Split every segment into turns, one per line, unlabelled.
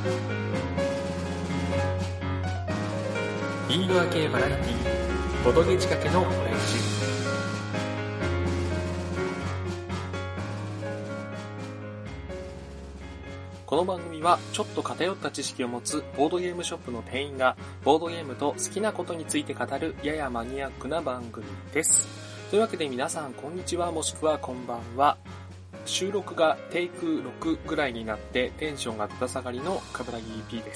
インドア系バラエティボドゲ仕掛けの練習。この番組はちょっと偏った知識を持つボードゲームショップの店員がボードゲームと好きなことについて語るややマニアックな番組です。というわけで皆さんこんにちは、もしくはこんばんは。収録がテイク6ぐらいになってテンションがだだ下がりのカブラギ P です。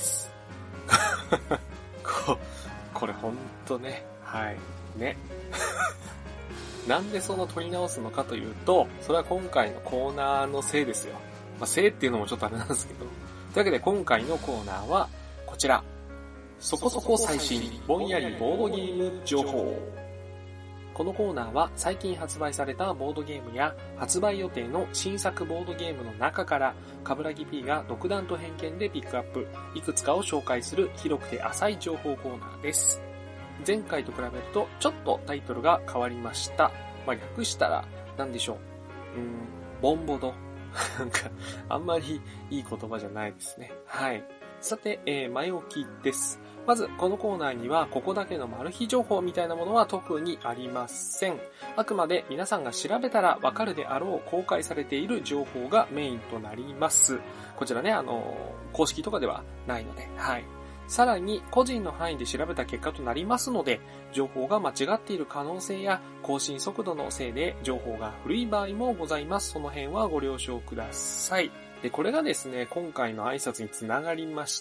これほんとね、はいね。なんでその撮り直すのかというと、それは今回のコーナーのせいですよ。せいっていうのもちょっとあれなんですけど。というわけで今回のコーナーはこちら。そこそこ最新ぼんやりボードゲーム情報。このコーナーは最近発売されたボードゲームや発売予定の新作ボードゲームの中からカブラギ P が独断と偏見でピックアップ、いくつかを紹介する広くて浅い情報コーナーです。前回と比べるとちょっとタイトルが変わりました。略したら何でしょう。ボンボド。なんかあんまりいい言葉じゃないですね。はい。さて、前置きです。まずこのコーナーにはここだけのマル秘情報みたいなものは特にありません。あくまで皆さんが調べたらわかるであろう公開されている情報がメインとなります。こちらね、公式とかではないので、はい。さらに個人の範囲で調べた結果となりますので、情報が間違っている可能性や更新速度のせいで情報が古い場合もございます。その辺はご了承ください。で、これがですね、今回の挨拶につながりまして、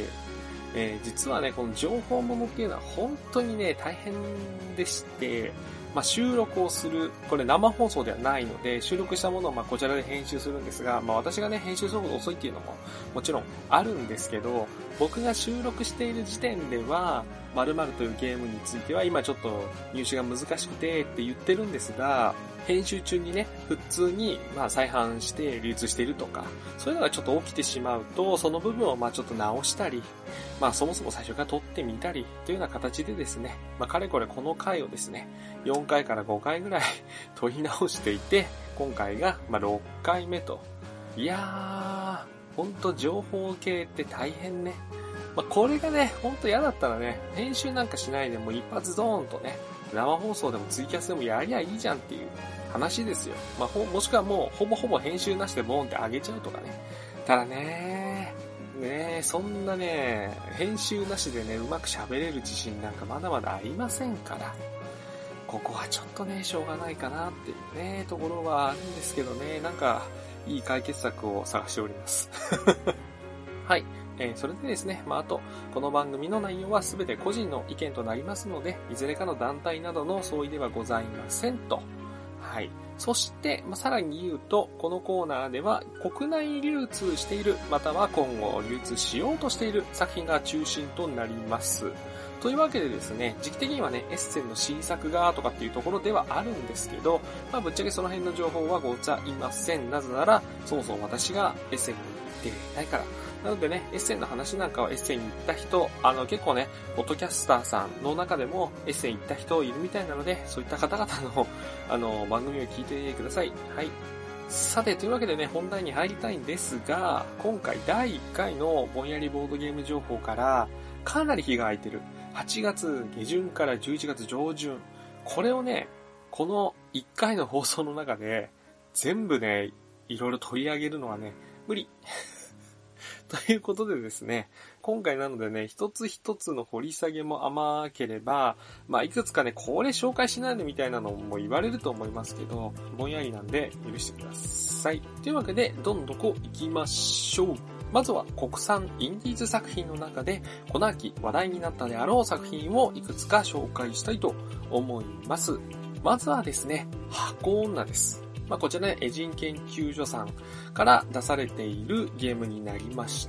実はね、この情報ものっていうのは本当にね、大変でして、収録をする、これ生放送ではないので、収録したものをこちらで編集するんですが、私がね、編集速度遅いっていうのももちろんあるんですけど、僕が収録している時点では、〇〇というゲームについては今ちょっと入手が難しくてって言ってるんですが、編集中にね、普通に再販して流通しているとか、そういうのがちょっと起きてしまうと、その部分をちょっと直したり、そもそも最初から撮ってみたりというような形でですね、かれこれこの回をですね、4回から5回ぐらい撮り直していて、今回が6回目と。いやー、ほんと情報系って大変ね。これがね、ほんと嫌だったらね、編集なんかしないでもう一発ドーンとね、生放送でもツイキャスでもやりゃいいじゃんっていう話ですよ。もしくはもうほぼほぼ編集なしでボーンって上げちゃうとかね。ただね、そんなね、編集なしでね、うまく喋れる自信なんかまだまだありませんから。ここはちょっとね、しょうがないかなっていうね、ところはあるんですけどね、なんか、いい解決策を探しております。はい。それでですね、あと、この番組の内容はすべて個人の意見となりますので、いずれかの団体などの相違ではございませんと。はい。そして、さらに言うと、このコーナーでは、国内流通している、または今後流通しようとしている作品が中心となります。というわけでですね、時期的にはね、エッセンの新作がとかっていうところではあるんですけど、ぶっちゃけその辺の情報はございません。なぜなら、そもそも私がエッセンに行ってないから。なのでね、エッセンの話なんかはエッセンに行った人、結構ね、ポッドキャスターさんの中でもエッセン行った人いるみたいなので、そういった方々の、番組を聞いてください。はい。さて、というわけでね、本題に入りたいんですが、今回第1回のぼんやりボードゲーム情報から、かなり日が空いてる。8月下旬から11月上旬。これをね、この1回の放送の中で、全部ね、いろいろ取り上げるのはね、無理。ということでですね、今回なのでね、一つ一つの掘り下げも甘ければ、いくつかね、これ紹介しないでみたいなのも言われると思いますけど、ぼんやりなんで許してください。というわけで、どんどこ行きましょう。まずは国産インディーズ作品の中で、この秋話題になったであろう作品をいくつか紹介したいと思います。まずはですね、箱女です。こちらね、エジン研究所さんから出されているゲームになりまして、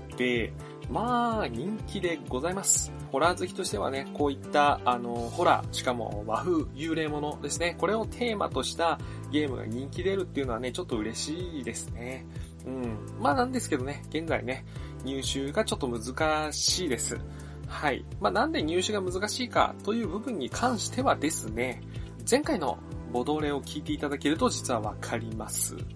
人気でございます。ホラー好きとしてはね、こういったホラー、しかも和風幽霊ものですね、これをテーマとしたゲームが人気出るっていうのはね、ちょっと嬉しいですね。なんですけどね、現在ね、入手がちょっと難しいです。はい。なんで入手が難しいかという部分に関してはですね、前回のボドレを聞いていただけると実はわかります。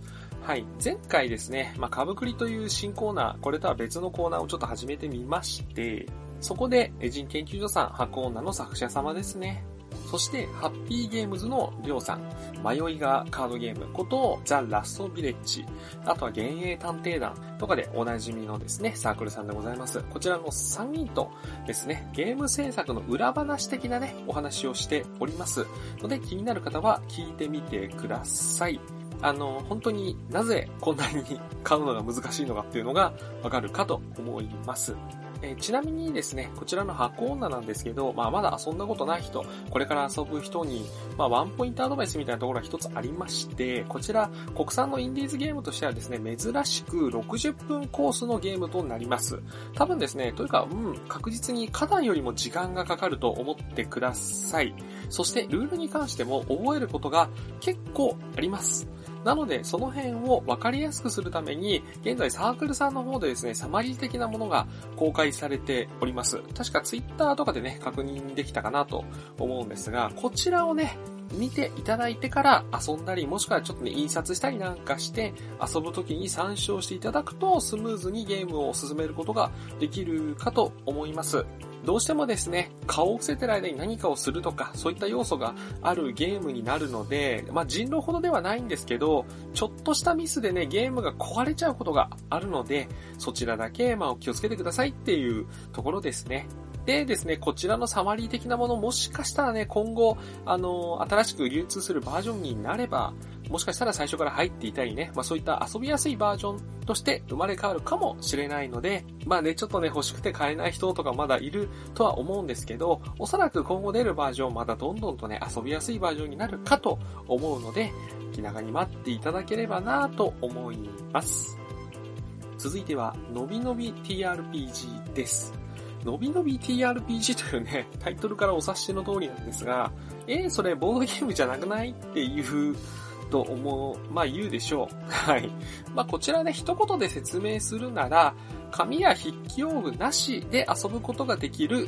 はい。前回ですね、株クリという新コーナー、これとは別のコーナーをちょっと始めてみまして、そこで、人研究所さん、箱女の作者様ですね。そして、ハッピーゲームズのりょうさん、迷いがカードゲームことザ・ラストビレッジ、あとは幻影探偵団とかでおなじみのですね、サークルさんでございます。こちらの3人とですね、ゲーム制作の裏話的なね、お話をしておりますので、気になる方は聞いてみてください。本当になぜこんなに買うのが難しいのかっていうのがわかるかと思います。ちなみにですね、こちらの箱女なんですけど、まだ遊んだことない人、これから遊ぶ人に、ワンポイントアドバイスみたいなところが一つありまして、こちら、国産のインディーズゲームとしてはですね、珍しく60分コースのゲームとなります。多分ですね、というか、確実に花壇よりも時間がかかると思ってください。そして、ルールに関しても覚えることが結構あります。なので、その辺を分かりやすくするために、現在サークルさんの方でですね、サマリー的なものが公開されております。確かツイッターとかでね、確認できたかなと思うんですが、こちらをね、見ていただいてから遊んだり、もしくはちょっとね、印刷したりなんかして遊ぶときに参照していただくとスムーズにゲームを進めることができるかと思います。どうしてもですね、顔を伏せてる間に何かをするとか、そういった要素があるゲームになるので、人狼ほどではないんですけど、ちょっとしたミスでね、ゲームが壊れちゃうことがあるので、そちらだけお気をつけてくださいっていうところですね。でですね、こちらのサマリー的なもの、もしかしたらね、今後、新しく流通するバージョンになれば、もしかしたら最初から入っていたりね、そういった遊びやすいバージョンとして生まれ変わるかもしれないので、ちょっとね、欲しくて買えない人とかまだいるとは思うんですけど、おそらく今後出るバージョン、まだどんどんとね、遊びやすいバージョンになるかと思うので、気長に待っていただければなと思います。続いては、のびのび TRPG です。のびのび TRPG というね、タイトルからお察しの通りなんですが、それボードゲームじゃなくないっていうと言うでしょう。はい。こちらね、一言で説明するなら、紙や筆記用具なしで遊ぶことができる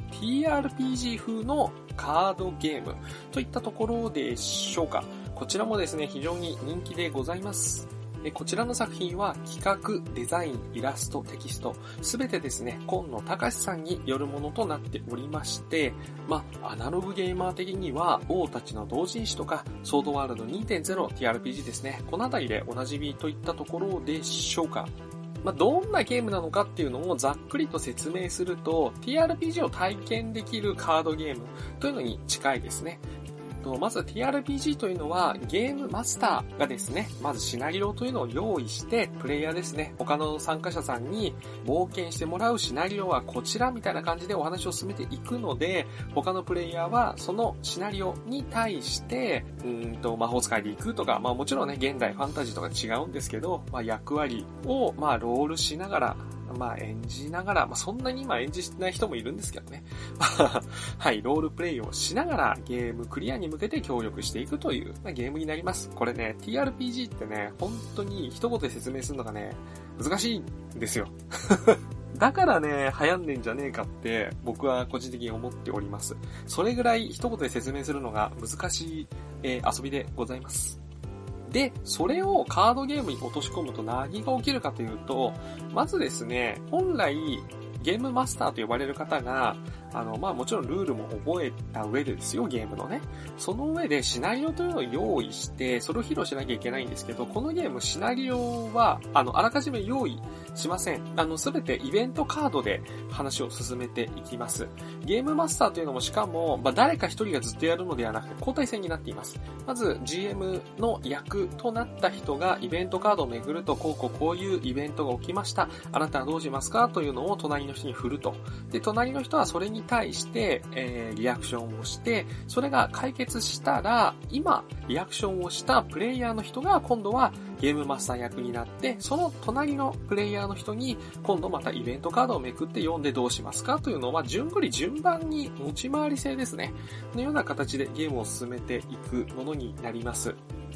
TRPG 風のカードゲームといったところでしょうか。こちらもですね、非常に人気でございます。こちらの作品は企画、デザイン、イラスト、テキスト、すべてですね、今野隆さんによるものとなっておりまして、アナログゲーマー的には、王たちの同人誌とか、ソードワールド 2.0TRPG ですね、このあたりでおなじみといったところでしょうか。どんなゲームなのかっていうのをざっくりと説明すると、TRPG を体験できるカードゲームというのに近いですね。まず TRPG というのはゲームマスターがですね、まずシナリオというのを用意して、プレイヤーですね、他の参加者さんに冒険してもらうシナリオはこちらみたいな感じでお話を進めていくので、他のプレイヤーはそのシナリオに対して、魔法使いで行くとか、もちろんね、現代ファンタジーとか違うんですけど、役割をロールしながら、演じながら、そんなに今演じない人もいるんですけどね。はい、ロールプレイをしながらゲームクリアに向けて協力していくという、ゲームになります。これね、TRPG ってね、本当に一言で説明するのがね、難しいんですよ。だからね、流行んねんじゃねえかって僕は個人的に思っております。それぐらい一言で説明するのが難しい、遊びでございます。で、それをカードゲームに落とし込むと何が起きるかというと、まずですね、本来ゲームマスターと呼ばれる方が、もちろんルールも覚えた上でですよ、ゲームのね。その上でシナリオというのを用意して、それを披露しなきゃいけないんですけど、このゲームシナリオは、あらかじめ用意しません。すべてイベントカードで話を進めていきます。ゲームマスターというのもしかも、誰か一人がずっとやるのではなくて交代制になっています。まず GM の役となった人がイベントカードを巡ると、こういうイベントが起きました。あなたはどうしますかというのを隣の人に振ると。で、隣の人はそれに対して、リアクションをして、それが解決したら、今、リアクションをしたプレイヤーの人が今度はゲームマスター役になって、その隣のプレイヤーの人に今度またイベントカードをめくって読んでどうしますかというのは順番に持ち回り制ですね。のような形でゲームを進めていくものになります。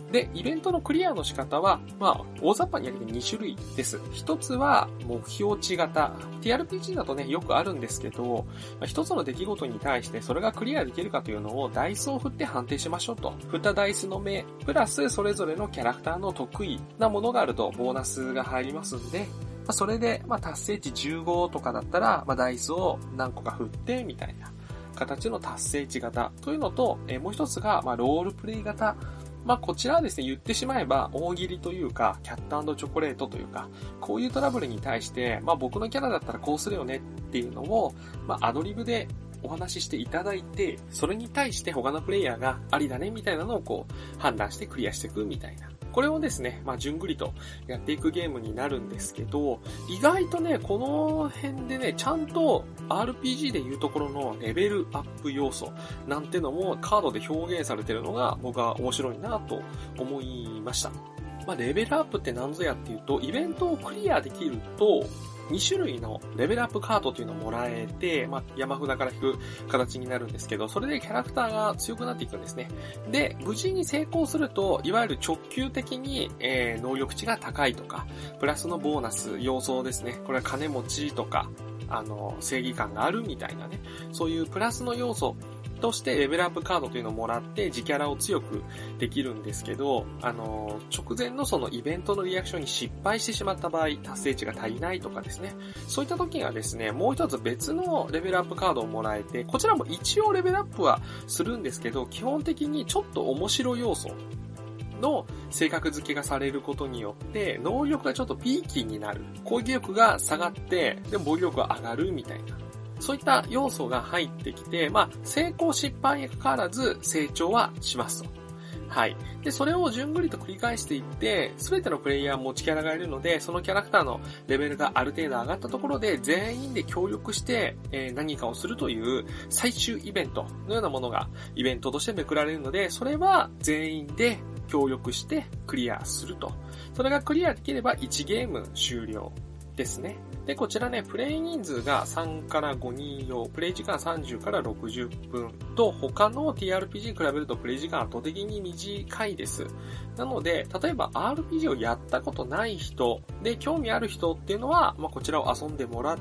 で、イベントのクリアの仕方は、大雑把に挙げて2種類です。一つは、目標値型。TRPG だとね、よくあるんですけど、一つの出来事に対してそれがクリアできるかというのをダイスを振って判定しましょうと。振ったダイスの目、プラスそれぞれのキャラクターの得意なものがあるとボーナスが入りますんで、それで、達成値15とかだったら、ダイスを何個か振って、みたいな形の達成値型というのと、もう一つが、ロールプレイ型。こちらはですね、言ってしまえば、大喜利というか、キャット&チョコレートというか、こういうトラブルに対して、僕のキャラだったらこうするよねっていうのを、アドリブでお話ししていただいて、それに対して他のプレイヤーがありだねみたいなのを判断してクリアしていくみたいな。これをですね、順繰りとやっていくゲームになるんですけど、意外とね、この辺でね、ちゃんと RPG でいうところのレベルアップ要素なんてのもカードで表現されてるのが僕は面白いなと思いました。レベルアップって何ぞやっていうと、イベントをクリアできると、2種類のレベルアップカードというのをもらえて、山札から引く形になるんですけど、それでキャラクターが強くなっていくんですね。で、無事に成功すると、いわゆる直球的に、能力値が高いとか、プラスのボーナス、要素ですね。これは金持ちとか、正義感があるみたいなね、そういうプラスの要素としてレベルアップカードというのをもらって自キャラを強くできるんですけど、直前のそのイベントのリアクションに失敗してしまった場合、達成値が足りないとかですね、そういった時にはですね、もう一つ別のレベルアップカードをもらえて、こちらも一応レベルアップはするんですけど、基本的にちょっと面白要素の性格付けがされることによって、能力がちょっとピーキーになる。攻撃力が下がって、でも防御力が上がるみたいな。そういった要素が入ってきて、成功失敗にかかわらず成長はしますと。はい。で、それを順繰りと繰り返していって、すべてのプレイヤー持ちキャラがいるので、そのキャラクターのレベルがある程度上がったところで、全員で協力して、何かをするという最終イベントのようなものがイベントとしてめくられるので、それは全員で協力してクリアすると。それがクリアできれば1ゲーム終了ですね。で、こちらね、プレイ人数が3から5人用、プレイ時間30から60分と、他の TRPG に比べるとプレイ時間圧倒的に短いです。なので、例えば RPG をやったことない人で興味ある人っていうのは、こちらを遊んでもらって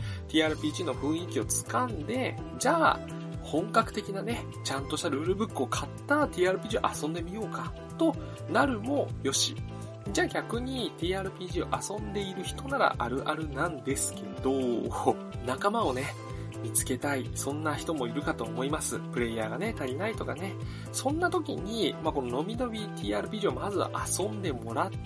、TRPG の雰囲気をつかんで、じゃあ、本格的なね、ちゃんとしたルールブックを買った TRPG を遊んでみようか、となるもよし。じゃあ逆に TRPG を遊んでいる人ならあるあるなんですけど、仲間をね、見つけたい。そんな人もいるかと思います。プレイヤーがね、足りないとかね。そんな時に、こののびのび TRPG をまずは遊んでもらって、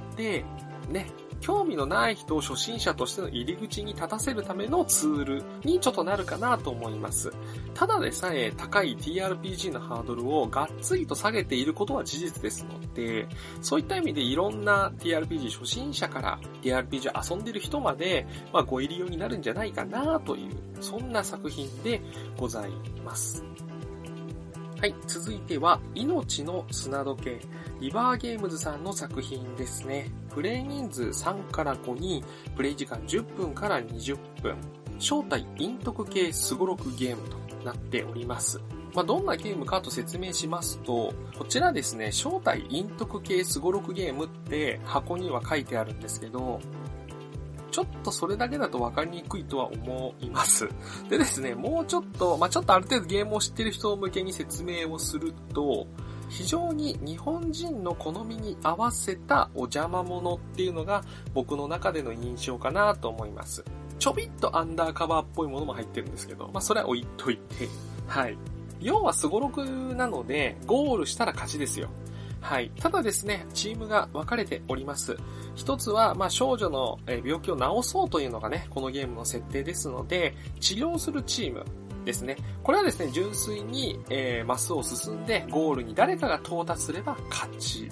ね、興味のない人を初心者としての入り口に立たせるためのツールにちょっとなるかなと思います。ただでさえ高い TRPG のハードルをがっつりと下げていることは事実ですので、そういった意味でいろんな TRPG 初心者から TRPG 遊んでる人まで、ご入り用になるんじゃないかなという、そんな作品でございます。はい、続いては、命の砂時計、リバーゲームズさんの作品ですね。プレイ人数3から5人、プレイ時間10分から20分、正体陰徳系すごろくゲームとなっております。どんなゲームかと説明しますと、こちらですね、正体陰徳系すごろくゲームって箱には書いてあるんですけど、ちょっとそれだけだと分かりにくいとは思います。でですね、もうちょっと、ちょっとある程度ゲームを知ってる人向けに説明をすると、非常に日本人の好みに合わせたお邪魔者っていうのが僕の中での印象かなと思います。ちょびっとアンダーカバーっぽいものも入ってるんですけど、それは置いといて、はい。要はスゴロクなので、ゴールしたら勝ちですよ。はい。ただですね、チームが分かれております。一つは、少女の病気を治そうというのがね、このゲームの設定ですので、治療するチームですね。これはですね、純粋に、マスを進んで、ゴールに誰かが到達すれば勝ち。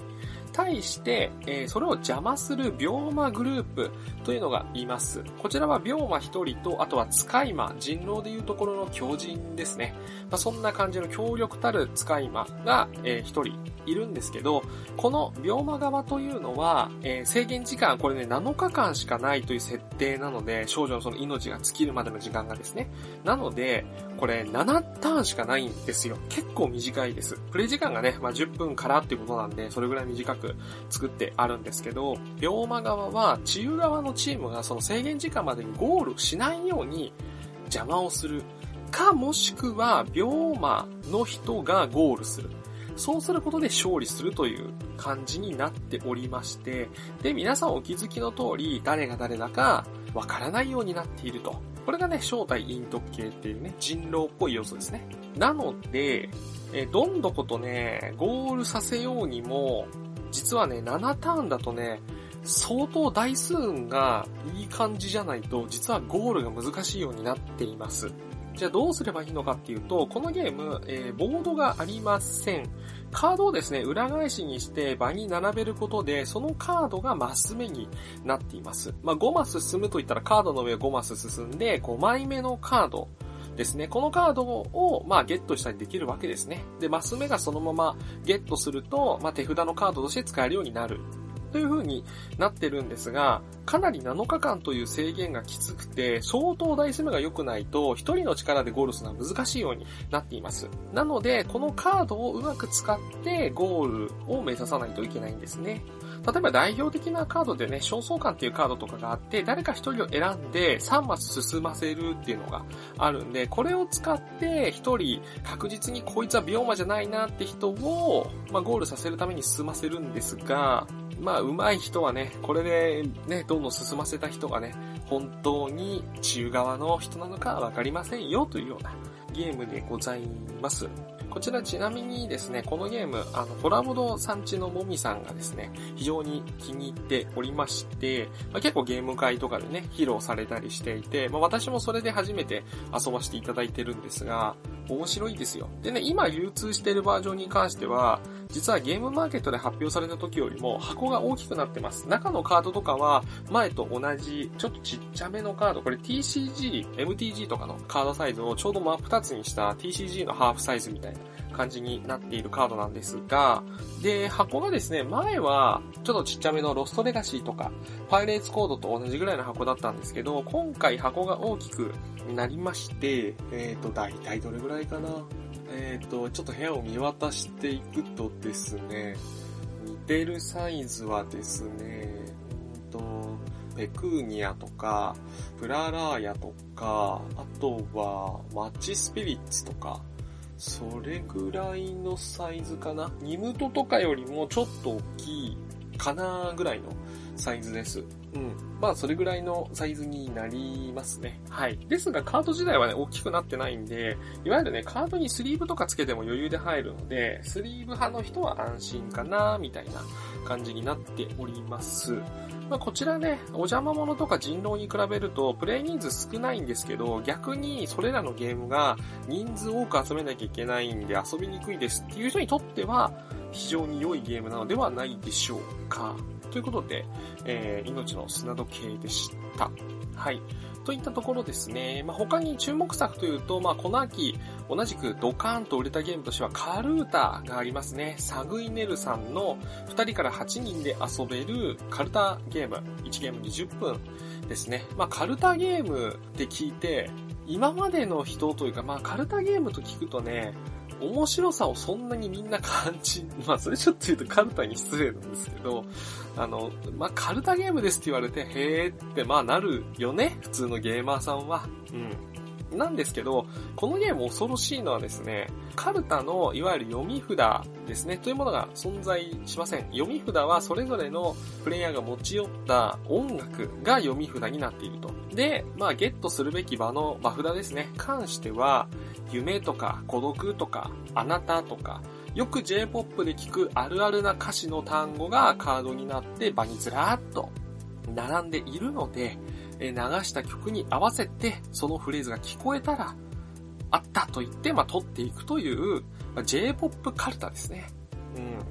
対して、それを邪魔する病魔グループというのがいます。こちらは病魔1人と、あとは使い魔、人狼でいうところの狂人ですね。そんな感じの強力たる使い魔が、1人いるんですけど、この病魔側というのは、制限時間、これね、7日間しかないという設定なので、少女のその命が尽きるまでの時間がですね。なので、これ7ターンしかないんですよ。結構短いです。プレイ時間がね、10分からっていうことなんで、それぐらい短く作ってあるんですけど、病魔側は、治癒側のチームがその制限時間までにゴールしないように邪魔をする。か、もしくは、病魔の人がゴールする。そうすることで勝利するという感じになっておりまして、で、皆さんお気づきの通り、誰が誰だかわからないようになっていると。これがね、正体陰徳系っていうね、人狼っぽい要素ですね。なので、どんどことね、ゴールさせようにも、実はね、7ターンだとね、相当台数がいい感じじゃないと、実はゴールが難しいようになっています。じゃあどうすればいいのかっていうと、このゲーム、ボードがありません。カードをですね、裏返しにして場に並べることで、そのカードがマス目になっています。5マス進むといったらカードの上5マス進んで、5枚目のカードですね。このカードを、ゲットしたりできるわけですね。で、マス目がそのままゲットすると、手札のカードとして使えるようになる。という風になってるんですが、かなり7日間という制限がきつくて、相当ダイス目が良くないと、一人の力でゴールするのは難しいようになっています。なので、このカードをうまく使ってゴールを目指さないといけないんですね。例えば代表的なカードでね、焦燥感っていうカードとかがあって、誰か一人を選んで3マス進ませるっていうのがあるんで、これを使って一人確実にこいつは病魔じゃないなって人を、ゴールさせるために進ませるんですが、上手い人はね、これでね、どんどん進ませた人がね、本当に治癒側の人なのかわかりませんよというようなゲームでございます。こちらちなみにですね、このゲーム、ホラボドさんちのもみさんがですね、非常に気に入っておりまして、結構ゲーム会とかでね、披露されたりしていて、私もそれで初めて遊ばせていただいてるんですが、面白いですよ。でね、今流通しているバージョンに関しては、実はゲームマーケットで発表された時よりも箱が大きくなってます。中のカードとかは前と同じちょっとちっちゃめのカード、これ TCG、MTG とかのカードサイズをちょうど真っ二つにした TCG のハーフサイズみたいな感じになっているカードなんですが、で、箱がですね、前はちょっとちっちゃめのロストレガシーとかパイレーツコードと同じぐらいの箱だったんですけど、今回箱が大きくなりまして、だいたいどれぐらいかな。ちょっと部屋を見渡していくとですね、似てるサイズはですね、ペクーニアとか、プララーヤとか、あとはマッチスピリッツとか、それぐらいのサイズかな。ニムトとかよりもちょっと大きいかなぐらいのサイズです。それぐらいのサイズになりますね。はい。ですが、カード自体はね、大きくなってないんで、いわゆるね、カードにスリーブとかつけても余裕で入るので、スリーブ派の人は安心かなみたいな感じになっております。こちらね、お邪魔者とか人狼に比べると、プレイ人数少ないんですけど、逆にそれらのゲームが人数多く集めなきゃいけないんで遊びにくいですっていう人にとっては、非常に良いゲームなのではないでしょうか。ということで、命の砂時計でした。はい。といったところですね。他に注目作というと、この秋、同じくドカーンと売れたゲームとしてはカルータがありますね。サグイネルさんの2人から8人で遊べるカルタゲーム。1ゲーム20分ですね。カルタゲームって聞いて、今までの人というか、カルタゲームと聞くとね、面白さをそんなにみんな感じ、それちょっと言うとカルタに失礼なんですけど、カルタゲームですって言われて、へーってなるよね、普通のゲーマーさんは。なんですけど、このゲーム恐ろしいのはですね、カルタのいわゆる読み札ですね、というものが存在しません。読み札はそれぞれのプレイヤーが持ち寄った音楽が読み札になっていると。で、ゲットするべき場の場札ですね、関しては、夢とか孤独とかあなたとか、よく J-POP で聞くあるあるな歌詞の単語がカードになって場にずらーっと並んでいるので、流した曲に合わせてそのフレーズが聞こえたらあったと言って取っていくという、J-POP カルタですね。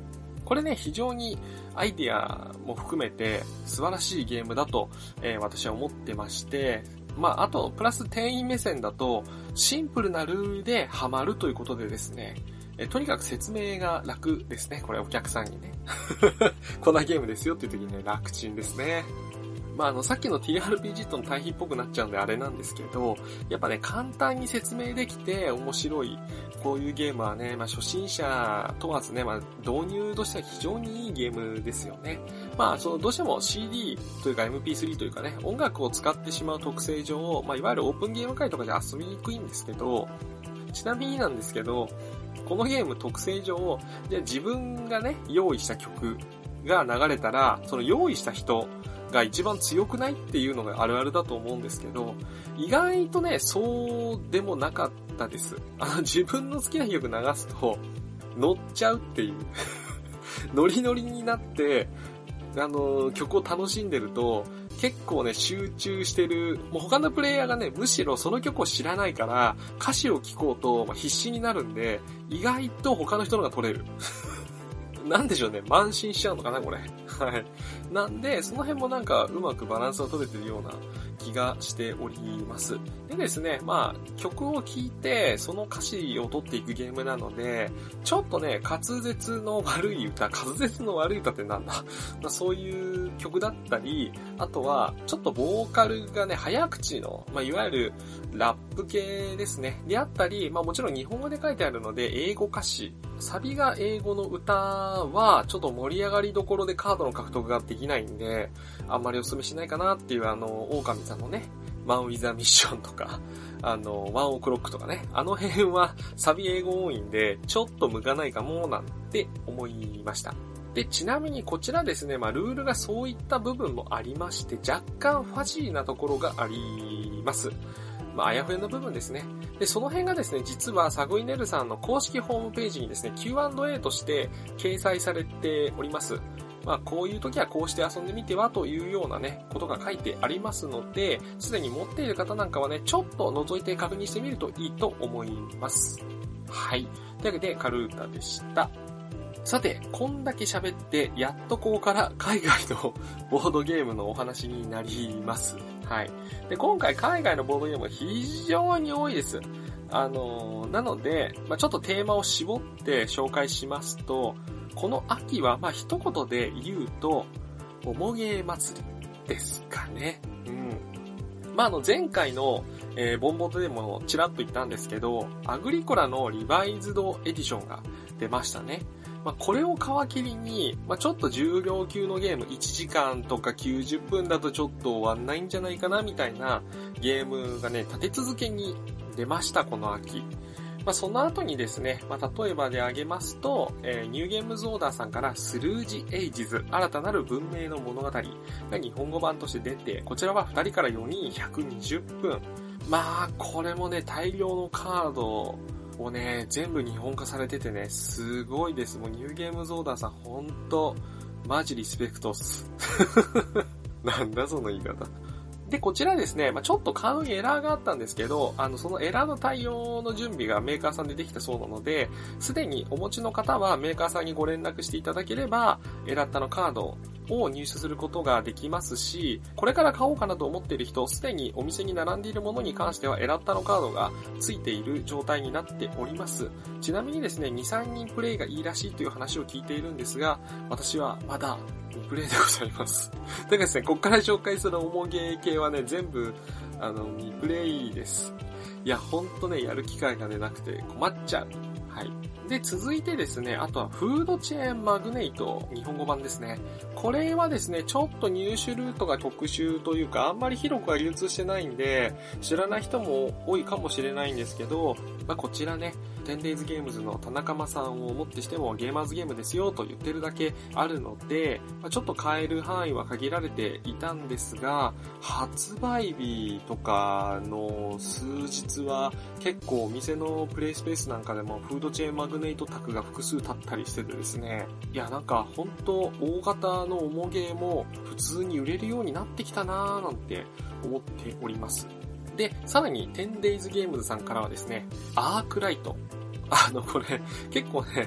これね、非常にアイディアも含めて素晴らしいゲームだと、私は思ってまして、あと、プラス店員目線だと、シンプルなルールでハマるということでですね、とにかく説明が楽ですね。これお客さんにね。こんなゲームですよっていう時にね、楽ちんですね。さっきの TRPG との対比っぽくなっちゃうんであれなんですけど、やっぱね、簡単に説明できて面白い。こういうゲームはね、初心者問わずね、導入としては非常にいいゲームですよね。どうしても CD というか MP3 というかね、音楽を使ってしまう特性上、いわゆるオープンゲーム界とかじゃ遊びにくいんですけど、ちなみになんですけど、このゲーム特性上、自分がね、用意した曲が流れたら、その用意した人が一番強くないっていうのがあるあるだと思うんですけど、意外とね、そうでもなかったです。自分の好きな曲流すと、乗っちゃうっていう。ノリノリになって、曲を楽しんでると、結構ね、集中してる。もう他のプレイヤーがね、むしろその曲を知らないから、歌詞を聴こうと、必死になるんで、意外と他の人のが取れる。なんでしょうね、慢心しちゃうのかな、これ。はい。なんで、その辺もなんか、うまくバランスが取れてるような気がしております。でですね、曲を聴いて、その歌詞を取っていくゲームなので、ちょっとね、滑舌の悪い歌ってなんだそういう曲だったり、あとは、ちょっとボーカルがね、早口の、いわゆるラップ系ですね。であったり、もちろん日本語で書いてあるので、英語歌詞。サビが英語の歌は、ちょっと盛り上がりどころでカードの獲得ができないんで、あんまりお勧めしないかなっていう、狼さんのね、マン・ウィザ・ミッションとか、ワン・オクロックとかね、あの辺はサビ英語多いんで、ちょっと向かないかもなんて思いました。で、ちなみにこちらですね、ルールがそういった部分もありまして、若干ファジーなところがあります。あやふやの部分ですね。で、その辺がですね、実はサグイネルさんの公式ホームページにですね、Q&A として掲載されております。こういう時はこうして遊んでみてはというようなね、ことが書いてありますので、すでに持っている方なんかはね、ちょっと覗いて確認してみるといいと思います。はい。というわけで、カルータでした。さて、こんだけ喋って、やっとここから海外のボードゲームのお話になります。はい。で、今回海外のボードゲームが非常に多いです。なので、ちょっとテーマを絞って紹介しますと、この秋は、一言で言うと、おもげー祭りですかね。前回の、ボンボンでもちらっと言ったんですけど、アグリコラのリバイズドエディションが出ましたね。これを皮切りに、ちょっと重量級のゲーム、1時間とか90分だとちょっと終わんないんじゃないかな、みたいなゲームがね、立て続けに出ました、この秋。その後にですね、例えばで挙げますと、ニューゲームズオーダーさんからスルージエイジズ、新たなる文明の物語が日本語版として出て、こちらは2人から4人120分。これもね、大量のカードをね、全部日本化されててね、すごいです。もうニューゲームズオーダーさん、ほんと、マジリスペクトっす。なんだその言い方。で、こちらですね、ちょっとカードにエラーがあったんですけど、そのエラーの対応の準備がメーカーさんでできたそうなので、すでにお持ちの方はメーカーさんにご連絡していただければ、エラッタのカードを入手することができますし、これから買おうかなと思っている人、すでにお店に並んでいるものに関してはエラッタのカードが付いている状態になっております。ちなみにですね、2、3人プレイがいいらしいという話を聞いているんですが、私はまだ2プレイでございます。だからですね、こっから紹介する重ゲー系はね、全部、2プレイです。いや、ほんとね、やる機会がね、なくて困っちゃう。はい。で、続いてですね、あとはフードチェーンマグネイト、日本語版ですね。これはですね、ちょっと入手ルートが特殊というか、あんまり広くは流通してないんで、知らない人も多いかもしれないんですけど、こちらね、10days ゲームズの田中間さんをもってしてもゲーマーズゲームですよと言ってるだけあるので、ちょっと買える範囲は限られていたんですが、発売日とかの数日は結構お店のプレイスペースなんかでもフードチェーンマグネイト卓が複数立ったりしててですね、いやなんかほんと大型の重ゲーも普通に売れるようになってきたなーなんて思っております。で、さらに 10days ゲームズさんからはですね、アークライト。これ結構ね、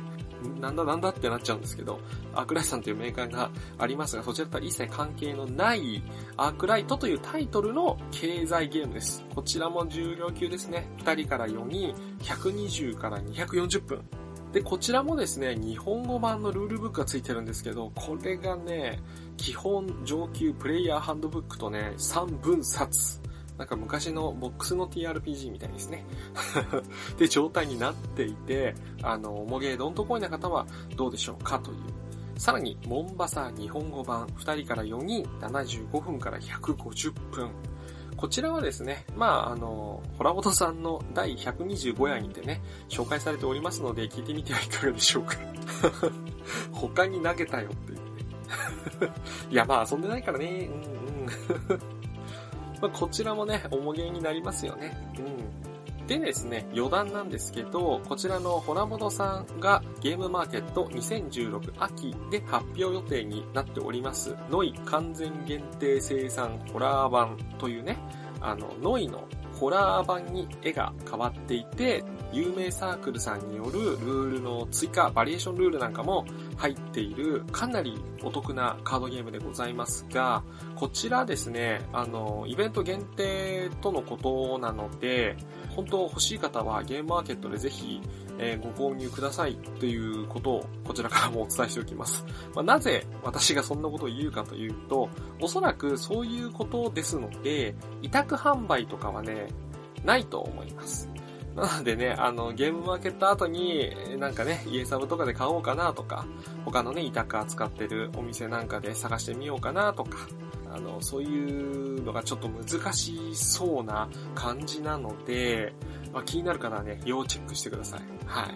なんだってなっちゃうんですけど、アークライトさんというメーカーがありますが、そちらとは一切関係のないアークライトというタイトルの経済ゲームです。こちらも重量級ですね。2人から4人、120から240分。で、こちらもですね、日本語版のルールブックがついてるんですけど、これがね、基本上級プレイヤーハンドブックとね、3分冊。なんか昔のボックスの TRPG みたいですね。で、状態になっていて、重げどんとこいな方はどうでしょうかという。さらに、モンバサ日本語版、2人から4人、75分から150分。こちらはですね、ホラボトさんの第125夜にてね、紹介されておりますので、聞いてみてはいかがでしょうか。他に投げたよっていうね。いや、遊んでないからね。こちらもね、重げになりますよね。でですね、余談なんですけど、こちらのホラボドさんがゲームマーケット2016秋で発表予定になっております、ノイ完全限定生産ホラー版というね、ノイのホラー版に絵が変わっていて、有名サークルさんによるルールの追加、バリエーションルールなんかも入っているかなりお得なカードゲームでございますが、こちらですね、イベント限定とのことなので、本当欲しい方はゲームマーケットでぜひ、ご購入くださいということをこちらからもお伝えしておきます。なぜ私がそんなことを言うかというと、おそらくそういうことですので、委託販売とかはね、ないと思います。なのでね、ゲームマーケット後に、なんかね、家サブとかで買おうかなとか、他のね、委託扱ってるお店なんかで探してみようかなとか、そういうのがちょっと難しそうな感じなので、気になる方はね、要チェックしてください。はい。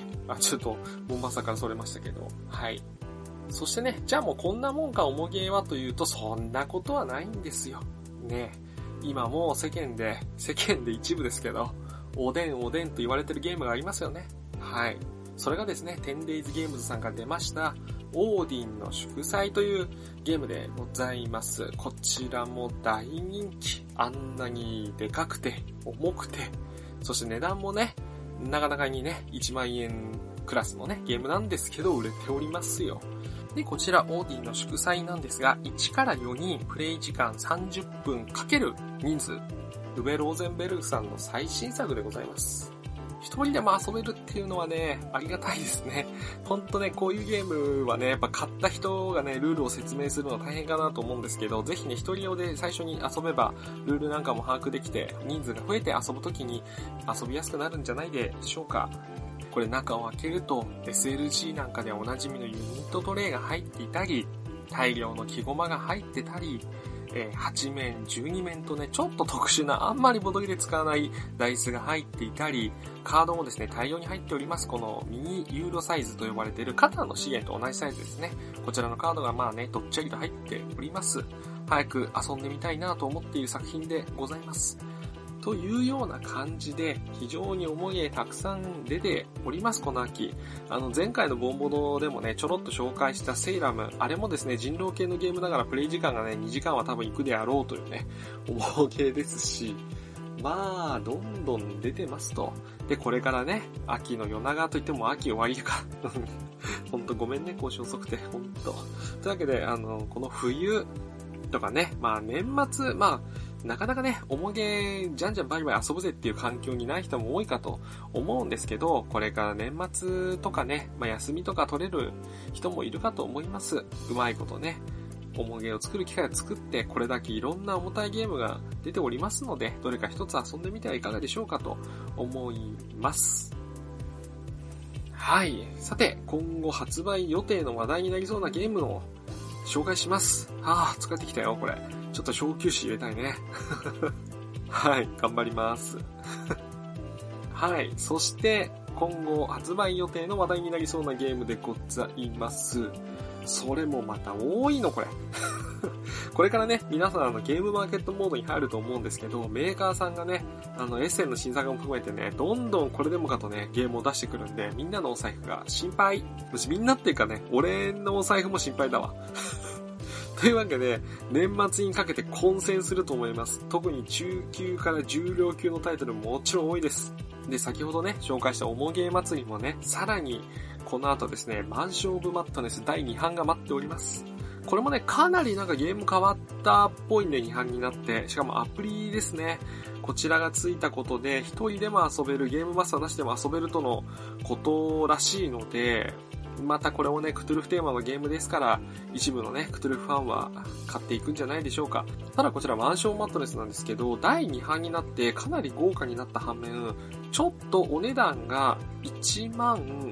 ちょっと、モンバサからそれましたけど、はい。そしてね、じゃあもうこんなもんか重ゲーはというと、そんなことはないんですよ。ね。今もう世間で一部ですけど、おでんと言われてるゲームがありますよね。はい。それがですね、10days Games さんから出ました、オーディンの祝祭というゲームでございます。こちらも大人気。あんなにでかくて、重くて、そして値段もね、なかなかにね、1万円クラスのね、ゲームなんですけど、売れておりますよ。で、こちら、オーディの祝祭なんですが、1から4人、プレイ時間30分かける人数、ウベ・ローゼンベルグさんの最新作でございます。一人でも遊べるっていうのはね、ありがたいですね。ほんとね、こういうゲームはね、やっぱ買った人がね、ルールを説明するのは大変かなと思うんですけど、ぜひね、一人用で最初に遊べば、ルールなんかも把握できて、人数が増えて遊ぶときに遊びやすくなるんじゃないでしょうか。これ中を開けると SLG なんかでおなじみのユニットトレイが入っていたり、大量の木駒が入ってたり、8面、12面とね、ちょっと特殊な、あんまりボドゲで使わないダイスが入っていたり、カードもですね、大量に入っております。このミニユーロサイズと呼ばれているカタンの資源と同じサイズですね。こちらのカードがどっちゃりと入っております。早く遊んでみたいなと思っている作品でございます。というような感じで、非常に重げたくさん出ております、この秋。前回のボンボドでもね、ちょろっと紹介したセイラム、あれもですね、人狼系のゲームながらプレイ時間がね、2時間は多分いくであろうというね、重げですし、どんどん出てますと。で、これからね、秋の夜長といっても秋終わりか。ほんとごめんね、更新遅くて、ほんと。というわけで、この冬とかね、年末、なかなかね、重げじゃんじゃんバリバリ遊ぶぜっていう環境にない人も多いかと思うんですけど、これから年末とかね、休みとか取れる人もいるかと思います。うまいことね、重げを作る機会を作って、これだけいろんな重たいゲームが出ておりますので、どれか一つ遊んでみてはいかがでしょうかと思います。はい。さて、今後発売予定の話題になりそうなゲームを紹介します。疲れてきたよ、これ。ちょっと小休止入れたいね。はい、頑張ります。はい、そして今後発売予定の話題になりそうなゲームでございます。それもまた多いの、これ。これからね、皆さんゲームマーケットモードに入ると思うんですけど、メーカーさんがね、エッセンの新作も含めてね、どんどんこれでもかとね、ゲームを出してくるんで、みんなのお財布が心配。みんなっていうかね、俺のお財布も心配だわ。 というわけで、年末にかけて混戦すると思います。特に中級から重量級のタイトルももちろん多いです。で、先ほどね、紹介したおもげ祭りもね、さらに、この後ですね、マンションオブマットネス第2版が待っております。これもね、かなりなんかゲーム変わったっぽいんで2版になって、しかもアプリですね。こちらがついたことで、一人でも遊べる、ゲームマスターなしでも遊べるとのことらしいので、またこれもね、クトゥルフテーマのゲームですから、一部のね、クトゥルフファンは買っていくんじゃないでしょうか。ただこちらマンションマットネスなんですけど、第2版になってかなり豪華になった反面、ちょっとお値段が1万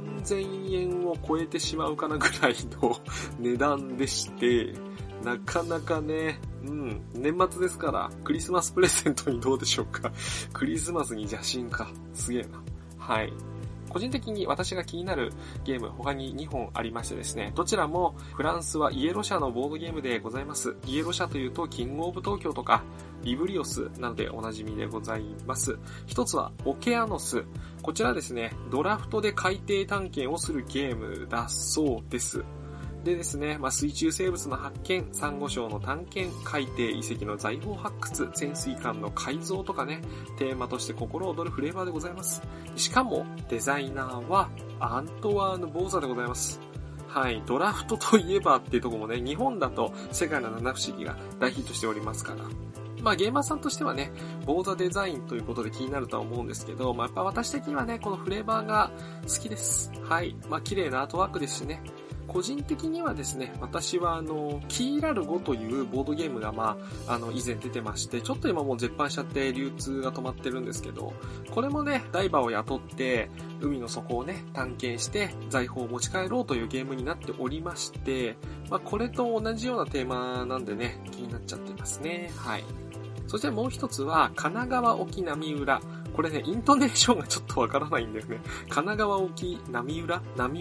3000円を超えてしまうかなぐらいの値段でして、なかなかね、年末ですから、クリスマスプレゼントにどうでしょうか。クリスマスに邪神か。すげえな。はい。個人的に私が気になるゲーム、他に2本ありましてですね、どちらもフランスはイエロ社のボードゲームでございます。イエロ社というと、キングオブ東京とか、リブリオスなどでおなじみでございます。一つはオケアノス。こちらですね、ドラフトで海底探検をするゲームだそうです。でですね、水中生物の発見、サンゴ礁の探検、海底遺跡の財宝発掘、潜水艦の改造とかね、テーマとして心躍るフレーバーでございます。しかも、デザイナーはアントワーヌ・ボーザでございます。はい、ドラフトといえばっていうところもね、日本だと世界の七不思議が大ヒットしておりますから。ゲーマーさんとしてはね、ボーザデザインということで気になるとは思うんですけど、やっぱ私的にはね、このフレーバーが好きです。はい。綺麗なアートワークですしね。個人的にはですね、私はキーラル5というボードゲームが以前出てまして、ちょっと今もう絶版しちゃって流通が止まってるんですけど、これもね、ダイバーを雇って、海の底をね、探検して財宝を持ち帰ろうというゲームになっておりまして、これと同じようなテーマなんでね、気になっちゃってますね。はい。そしてもう一つは、神奈川沖浪浦。これね、イントネーションがちょっとわからないんだよね。神奈川沖浪浦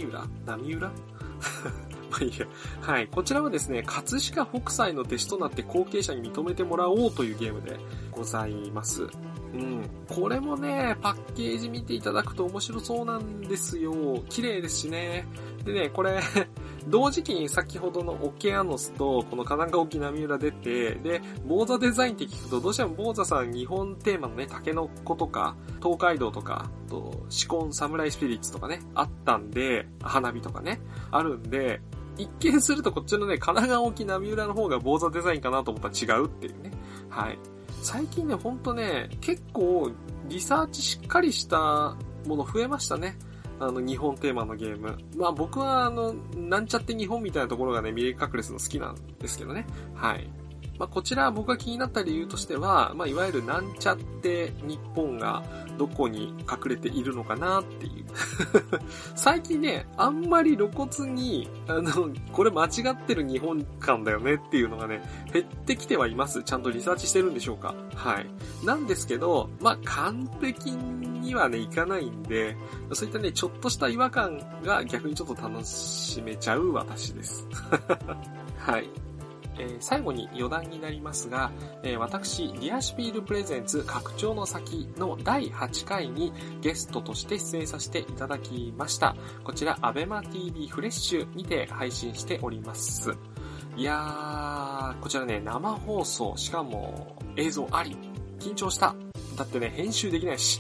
いいや。はい。こちらはですね、葛飾北斎の弟子となって後継者に認めてもらおうというゲームでございます。これもね、パッケージ見ていただくと面白そうなんですよ。綺麗ですしね。でね、これ、同時期に先ほどのオケアノスとこの神奈川沖浪浦出て、で、ボーザデザインって聞くと、どうしてもボーザさん日本テーマのね、タケノコとか、東海道とか、シコンサムライスピリッツとかね、あったんで、花火とかね、あるんで、一見するとこっちのね、神奈川沖浪浦の方がボーザデザインかなと思ったら違うっていうね。はい。最近ね、ほんとね、結構リサーチしっかりしたもの増えましたね。日本テーマのゲーム。僕はなんちゃって日本みたいなところがね、見れ隠れするの好きなんですけどね。はい。こちら僕が気になった理由としては、いわゆるなんちゃって日本がどこに隠れているのかなっていう。最近ね、あんまり露骨に、これ間違ってる日本感だよねっていうのがね、減ってきてはいます。ちゃんとリサーチしてるんでしょうか。はい。なんですけど、完璧にはね、いかないんで、そういったね、ちょっとした違和感が逆にちょっと楽しめちゃう私です。はい。最後に余談になりますが、私、リアシュピールプレゼンツ拡張の先の第8回にゲストとして出演させていただきました。こちら、ABEMA TV フレッシュにて配信しております。いやー、こちらね、生放送、しかも映像あり。緊張した。だってね、編集できないし。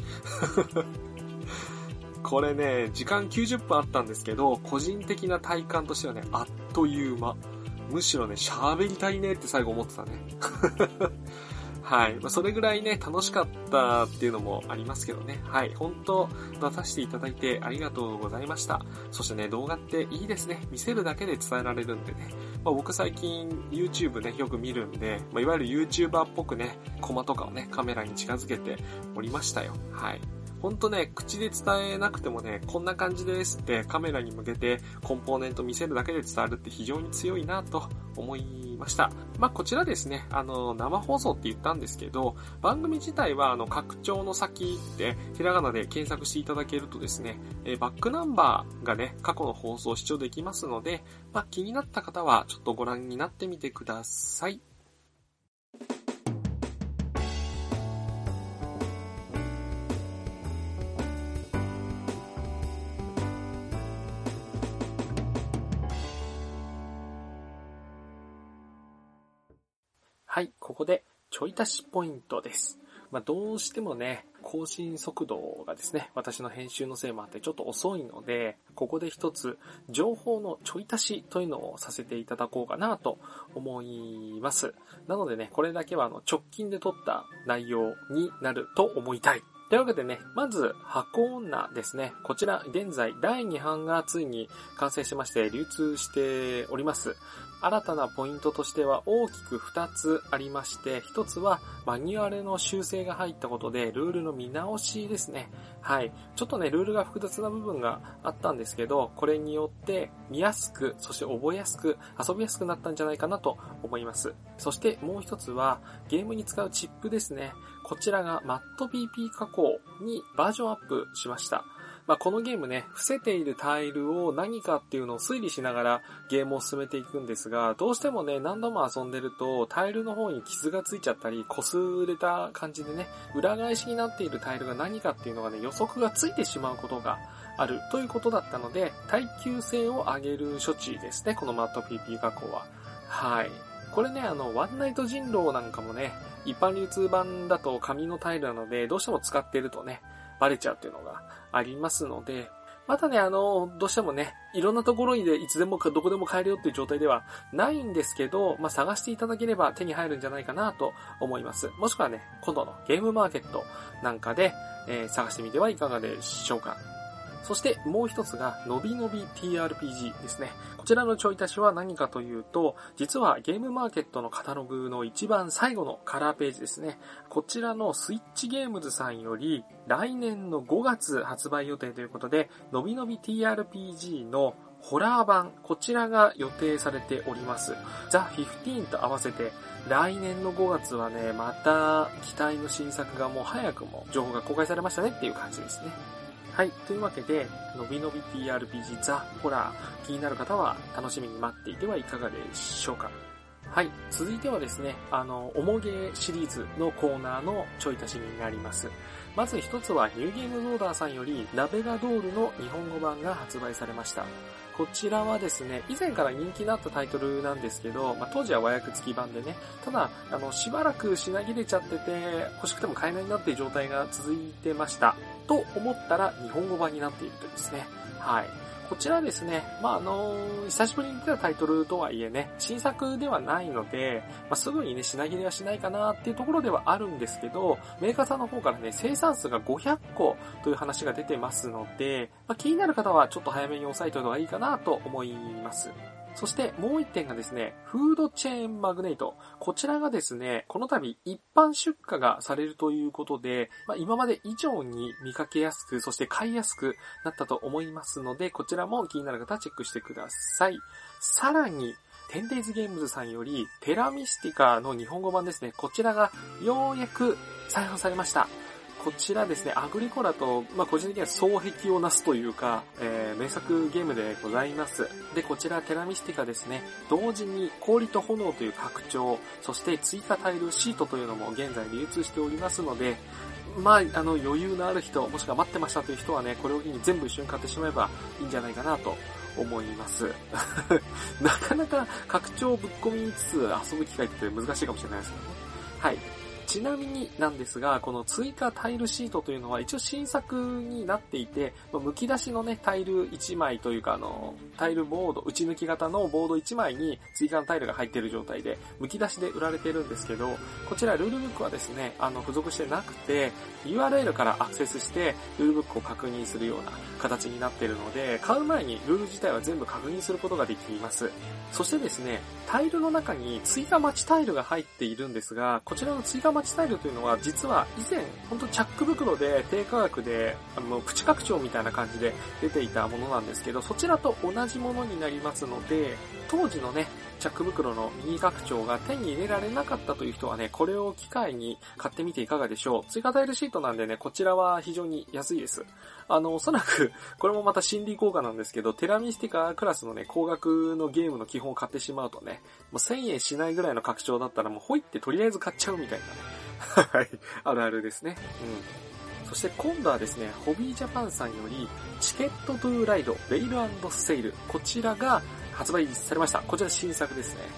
これね、時間90分あったんですけど、個人的な体感としてはね、あっという間。むしろね、喋りたいねって最後思ってたね。はい。それぐらいね、楽しかったっていうのもありますけどね。はい。本当出させていただいてありがとうございました。そしてね、動画っていいですね。見せるだけで伝えられるんでね。僕最近 YouTube ね、よく見るんで、いわゆる YouTuber っぽくね、コマとかをね、カメラに近づけておりましたよ。はい。ほんとね、口で伝えなくてもね、こんな感じですってカメラに向けてコンポーネント見せるだけで伝わるって非常に強いなと思いました。こちらですね、生放送って言ったんですけど、番組自体は拡張の先ってひらがなで検索していただけるとですね、バックナンバーがね、過去の放送を視聴できますので、気になった方はちょっとご覧になってみてください。 はい、ここでちょい足しポイントです。どうしてもね、更新速度がですね、私の編集のせいもあってちょっと遅いので、ここで一つ情報のちょい足しというのをさせていただこうかなと思います。なのでね、これだけは直近で撮った内容になると思いたい。というわけでね、まず箱女ですね。こちら現在第2版がついに完成しまして流通しております。新たなポイントとしては大きく2つありまして、1つはマニュアルの修正が入ったことでルールの見直しですね。はい。ちょっとね、ルールが複雑な部分があったんですけど、これによって見やすく、そして覚えやすく、遊びやすくなったんじゃないかなと思います。そしてもう1つはゲームに使うチップですね。こちらが MattPP 加工にバージョンアップしました。このゲームね、伏せているタイルを何かっていうのを推理しながらゲームを進めていくんですが、どうしてもね、何度も遊んでるとタイルの方に傷がついちゃったり、擦れた感じでね、裏返しになっているタイルが何かっていうのがね、予測がついてしまうことがあるということだったので、耐久性を上げる処置ですね、この MattPP 加工は。はい。これね、ワンナイト人狼なんかもね、一般流通版だと紙のタイルなので、どうしても使っているとね、バレちゃうっていうのがありますので、まだね、どうしてもね、いろんなところにでいつでもどこでも買えるよっていう状態ではないんですけど、探していただければ手に入るんじゃないかなと思います。もしくはね、今度のゲームマーケットなんかで、探してみてはいかがでしょうか。そしてもう一つがのびのび TRPG ですね。こちらのちょい足しは何かというと、実はゲームマーケットのカタログの一番最後のカラーページですね。こちらのスイッチゲームズさんより来年の5月発売予定ということで、のびのび TRPG のホラー版、こちらが予定されております。ザ・15と合わせて来年の5月はね、また期待の新作がもう早くも情報が公開されましたねっていう感じですね。はい。というわけで、のびのび TRPG ザ・ホラー、気になる方は楽しみに待っていてはいかがでしょうか。はい。続いてはですね、おもげシリーズのコーナーのちょい足しになります。まず一つはニューゲームローダーさんよりナベガドールの日本語版が発売されました。こちらはですね、以前から人気だったタイトルなんですけど、当時は和訳付き版でね、ただ、しばらく品切れちゃってて、欲しくても買えないなっていう状態が続いてました。と思ったら、日本語版になっているとですね。はい。こちらですね、久しぶりに出たタイトルとはいえね、新作ではないので、すぐにね、品切れはしないかなっていうところではあるんですけど、メーカーさんの方からね、生産数が500個という話が出てますので、気になる方はちょっと早めに押さえておいた方がいいかなと思います。そしてもう一点がですね、フードチェーンマグネイト。こちらがですね、この度一般出荷がされるということで、今まで以上に見かけやすく、そして買いやすくなったと思いますので、こちらも気になる方はチェックしてください。さらに、10days ゲームズさんより、テラミスティカの日本語版ですね。こちらがようやく再販されました。こちらですね、アグリコラと、個人的には双璧をなすというか、名作ゲームでございます。で、こちらテラミスティカですね、同時に氷と炎という拡張、そして追加タイルシートというのも現在流通しておりますので、余裕のある人、もしくは待ってましたという人はね、これを機に全部一緒に買ってしまえばいいんじゃないかなと思います。なかなか拡張ぶっ込みつつ遊ぶ機会って難しいかもしれないですけどね。はい。ちなみになんですが、この追加タイルシートというのは一応新作になっていて、剥き出しのね、タイル1枚というかタイルボード、打ち抜き型のボード1枚に追加のタイルが入っている状態で、剥き出しで売られているんですけど、こちらルールブックはですね、付属してなくて、URL からアクセスして、ルールブックを確認するような形になっているので、買う前にルール自体は全部確認することができます。そしてですね、タイルの中に追加待ちタイルが入っているんですが、こちらの追加待ちタイルというのは実は以前本当チャック袋で低価格でプチ拡張みたいな感じで出ていたものなんですけど、そちらと同じものになりますので、当時のねチャック袋のミニ拡張が手に入れられなかったという人はね、これを機会に買ってみていかがでしょう。追加タイルシートなんでね、こちらは非常に安いです。おそらくこれもまた心理効果なんですけど、テラミスティカクラスのね高額のゲームの基本を買ってしまうとね、もう1000円しないぐらいの拡張だったらもうほいってとりあえず買っちゃうみたいなねはい、あるあるですね。そして今度はですね、ホビージャパンさんよりチケットトゥーライドレイル&セイル、こちらが発売されました。こちら新作ですね。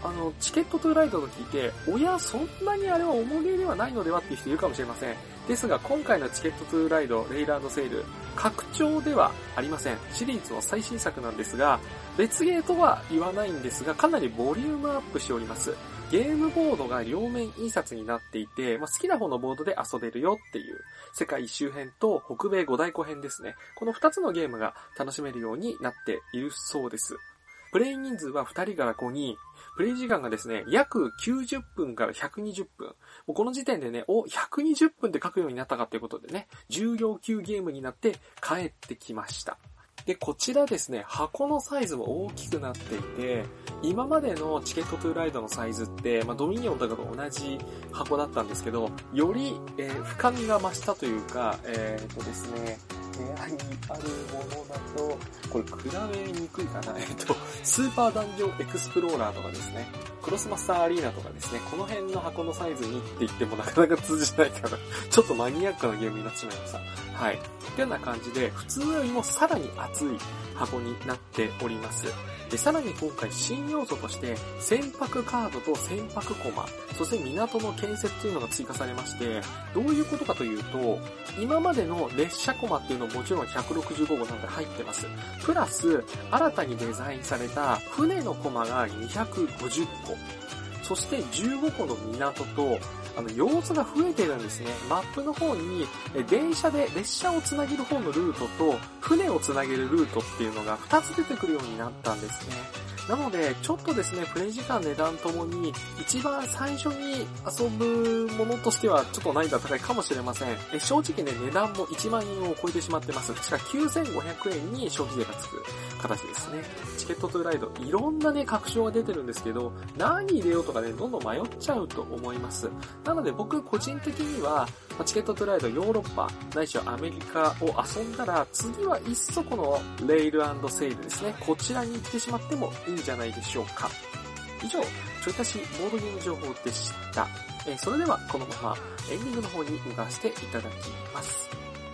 チケットトゥーライドと聞いて、そんなにあれは重げではないのではっていう人いるかもしれません。ですが、今回のチケットトゥーライド、レイランドセール、拡張ではありません。シリーズの最新作なんですが、別ゲーとは言わないんですが、かなりボリュームアップしております。ゲームボードが両面印刷になっていて、好きな方のボードで遊べるよっていう、世界一周編と北米五大湖編ですね。この2つのゲームが楽しめるようになっているそうです。プレイ人数は2人から5人。プレイ時間がですね、約90分から120分。もうこの時点でね、120分で書くようになったかということでね、重量級ゲームになって帰ってきました。で、こちらですね、箱のサイズも大きくなっていて、今までのチケットトゥーライドのサイズって、ドミニオンとかと同じ箱だったんですけど、より、深みが増したというか、ですね、部屋にあるものだと、これ比べにくいかな。スーパーダンジョンエクスプローラーとかですね、クロスマスターアリーナとかですね、この辺の箱のサイズにって言ってもなかなか通じないから、ちょっとマニアックなゲームになってしまいました。はい。っていうような感じで、普通よりもさらに厚い箱になっております。で、さらに今回新要素として、船舶カードと船舶コマ、そして港の建設というのが追加されまして、どういうことかというと、今までの列車コマっていうのももちろん165個なんで入ってます。プラス、新たにデザインされた船のコマが250個。そして15個の港と、要素が増えてるんですね。マップの方に、電車で列車をつなげる方のルートと、船をつなげるルートっていうのが2つ出てくるようになったんですね。なので、ちょっとですね、プレイ時間値段ともに、一番最初に遊ぶものとしては、ちょっと難易度が高いかもしれません。正直ね、値段も1万円を超えてしまってます。確か9500円に消費税がつく形ですね。チケットトゥーライド、いろんなね、拡張が出てるんですけど、何入れようとかね、どんどん迷っちゃうと思います。なので僕個人的には、チケットトゥーライドヨーロッパ、ないしはアメリカを遊んだら、次はいっそこのレイル&セールですね。こちらに行ってしまってもいいんじゃないでしょうか。以上、ちょい足しボードゲーム情報でした。それではこのままエンディングの方に向かわせていただきます。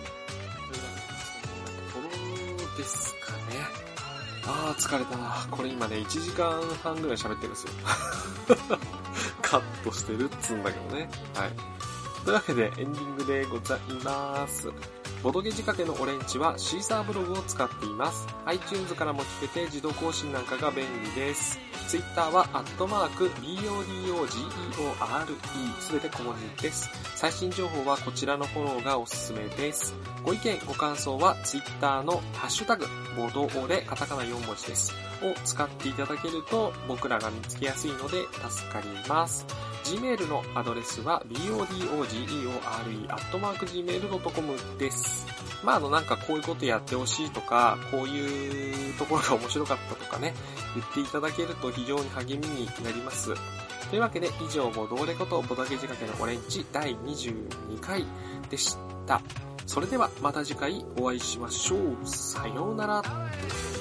ところですかね。疲れたな。これ今ね、1時間半ぐらい喋ってるんですよ。カットしてるっつうんだけどね。はい。というわけでエンディングでございます。ボドゲ仕掛けのオレンジはシーサーブログを使っています。iTunes からも聞けて自動更新なんかが便利です。Twitter は@BODOGEORE すべて小文字です。最新情報はこちらのフォローがおすすめです。ご意見ご感想は Twitter のハッシュタグボドオレカタカナ4文字ですを使っていただけると僕らが見つけやすいので助かります。Gmail のアドレスは bodogore@gmail.com です。なんかこういうことやってほしいとか、こういうところが面白かったとかね、言っていただけると非常に励みになります。というわけで以上、ボドオレことボドゲ仕掛けのオレンジ第22回でした。それではまた次回お会いしましょう。さようなら。